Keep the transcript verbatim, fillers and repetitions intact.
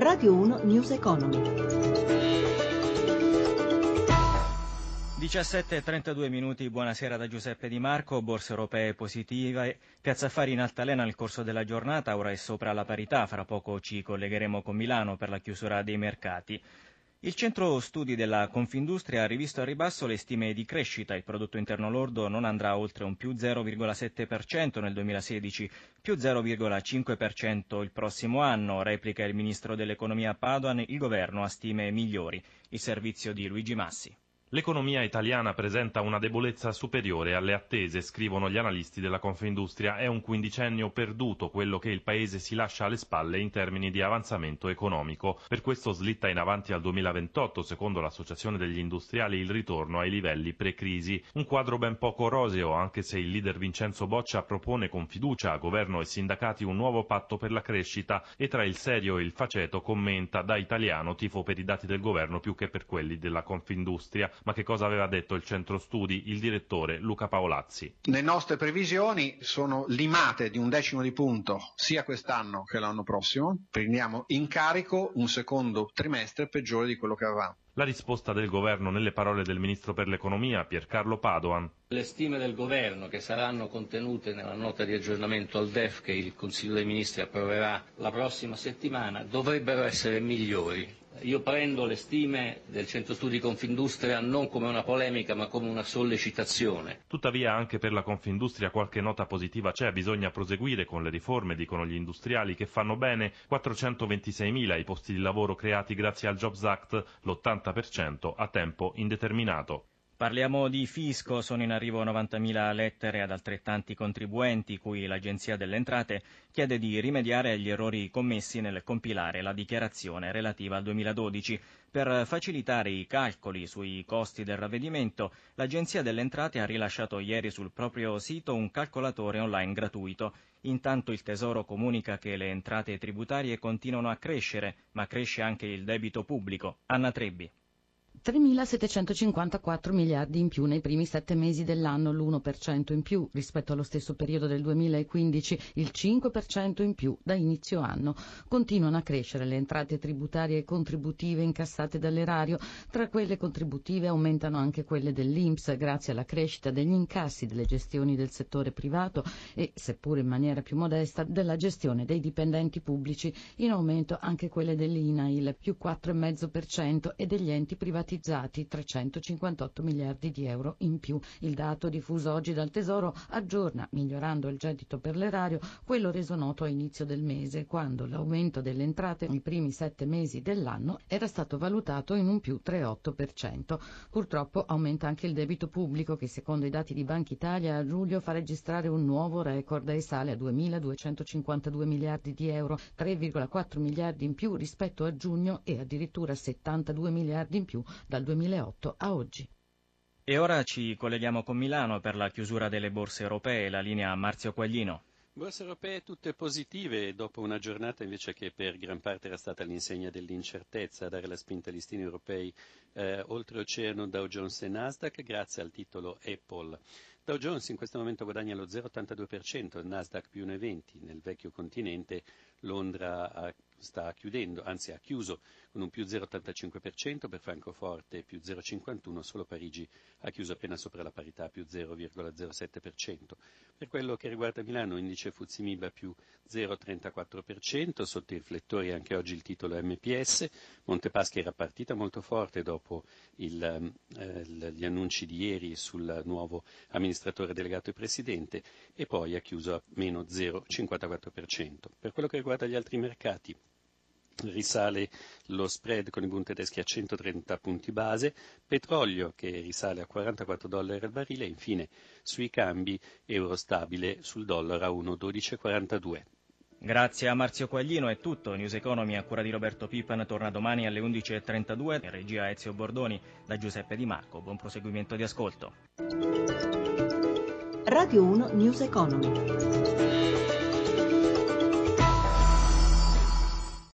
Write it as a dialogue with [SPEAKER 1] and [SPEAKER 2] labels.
[SPEAKER 1] Radio uno News Economy.
[SPEAKER 2] diciassette e trentadue minuti, buonasera da Giuseppe Di Marco. Borse europee positive, Piazza Affari in altalena nel corso della giornata, ora è sopra la parità, fra poco ci collegheremo con Milano per la chiusura dei mercati. Il centro studi della Confindustria ha rivisto a ribasso le stime di crescita. Il prodotto interno lordo non andrà oltre un più zero virgola sette per cento nel duemilasedici, più zero virgola cinque per cento il prossimo anno, replica il ministro dell'economia Padoan. Il governo ha stime migliori. Il servizio di Luigi Massi.
[SPEAKER 3] L'economia italiana presenta una debolezza superiore alle attese, scrivono gli analisti della Confindustria. È un quindicennio perduto quello che il Paese si lascia alle spalle in termini di avanzamento economico. Per questo slitta in avanti al duemilaventotto, secondo l'Associazione degli Industriali, il ritorno ai livelli pre-crisi. Un quadro ben poco roseo, anche se il leader Vincenzo Boccia propone con fiducia a governo e sindacati un nuovo patto per la crescita e tra il serio e il faceto commenta: da italiano tifo per i dati del governo più che per quelli della Confindustria. Ma che cosa aveva detto il centro studi? Il direttore Luca Paolazzi.
[SPEAKER 4] Le nostre previsioni sono limate di un decimo di punto sia quest'anno che l'anno prossimo. Prendiamo in carico un secondo trimestre peggiore di quello che avevamo.
[SPEAKER 3] La risposta del governo nelle parole del ministro per l'economia Piercarlo Padoan.
[SPEAKER 5] Le stime del governo, che saranno contenute nella nota di aggiornamento al D E F che il Consiglio dei Ministri approverà la prossima settimana, dovrebbero essere migliori. Io prendo le stime del centro studi Confindustria non come una polemica ma come una sollecitazione.
[SPEAKER 3] Tuttavia anche per la Confindustria qualche nota positiva c'è. Bisogna proseguire con le riforme, dicono gli industriali, che fanno bene. quattrocentoventiseimila i posti di lavoro creati grazie al Jobs Act, l'ottanta per cento a tempo indeterminato.
[SPEAKER 2] Parliamo di fisco, sono in arrivo novantamila lettere ad altrettanti contribuenti cui l'Agenzia delle Entrate chiede di rimediare agli errori commessi nel compilare la dichiarazione relativa al duemiladodici. Per facilitare i calcoli sui costi del ravvedimento, l'Agenzia delle Entrate ha rilasciato ieri sul proprio sito un calcolatore online gratuito. Intanto il Tesoro comunica che le entrate tributarie continuano a crescere, ma cresce anche il debito pubblico. Anna Trebbi.
[SPEAKER 6] tremilasettecentocinquantaquattro miliardi in più nei primi sette mesi dell'anno, l'uno per cento in più rispetto allo stesso periodo del duemilaquindici, il cinque per cento in più da inizio anno. Continuano a crescere le entrate tributarie e contributive incassate dall'erario. Tra quelle contributive aumentano anche quelle dell'I N P S grazie alla crescita degli incassi delle gestioni del settore privato e, seppur in maniera più modesta, della gestione dei dipendenti pubblici. In aumento anche quelle dell'I N A I L, più quattro virgola cinque per cento, e degli enti privati trecentocinquantotto miliardi di euro in più. Il dato diffuso oggi dal Tesoro aggiorna, migliorando il gettito per l'erario, quello reso noto a inizio del mese, quando l'aumento delle entrate nei primi sette mesi dell'anno era stato valutato in un più tre virgola otto per cento. Purtroppo aumenta anche il debito pubblico, che secondo i dati di Banca Italia a luglio fa registrare un nuovo record e sale a duemiladuecentocinquantadue miliardi di euro, tre virgola quattro miliardi in più rispetto a giugno e addirittura settantadue miliardi in più dal duemilaotto a oggi.
[SPEAKER 2] E ora ci colleghiamo con Milano per la chiusura delle borse europee. La linea a Marzio Quaglino.
[SPEAKER 7] Borse europee tutte positive dopo una giornata invece che per gran parte era stata all'insegna dell'incertezza a dare la spinta ai listini europei eh, oltreoceano Dow Jones e Nasdaq grazie al titolo Apple. Dow Jones in questo momento guadagna lo zero virgola ottantadue per cento, il Nasdaq più uno virgola venti per cento. Nel vecchio continente Londra ha, sta chiudendo, anzi ha chiuso con un più zero virgola ottantacinque per cento, per Francoforte più zero virgola cinquantuno per cento, solo Parigi ha chiuso appena sopra la parità più zero virgola zero sette per cento. Per quello che riguarda Milano, indice Fuzzi Mib più zero virgola trentaquattro per cento, sotto i riflettori anche oggi il titolo M P S. Montepaschi era partita molto forte dopo il, eh, gli annunci di ieri sul nuovo amministratore delegato e presidente, e poi ha chiuso a meno zero virgola cinquantaquattro per cento. Per quello che riguarda gli altri mercati, risale lo spread con i Bund tedeschi a centotrenta punti base, petrolio che risale a quarantaquattro dollari al barile, e infine sui cambi euro stabile sul dollaro a uno virgola dodici quarantadue.
[SPEAKER 2] Grazie a Marzio Quaglino è tutto. News Economy a cura di Roberto Pippan torna domani alle undici e trentadue, in regia Ezio Bordoni, da Giuseppe Di Marco. Buon proseguimento di ascolto.
[SPEAKER 1] Radio uno News Economy.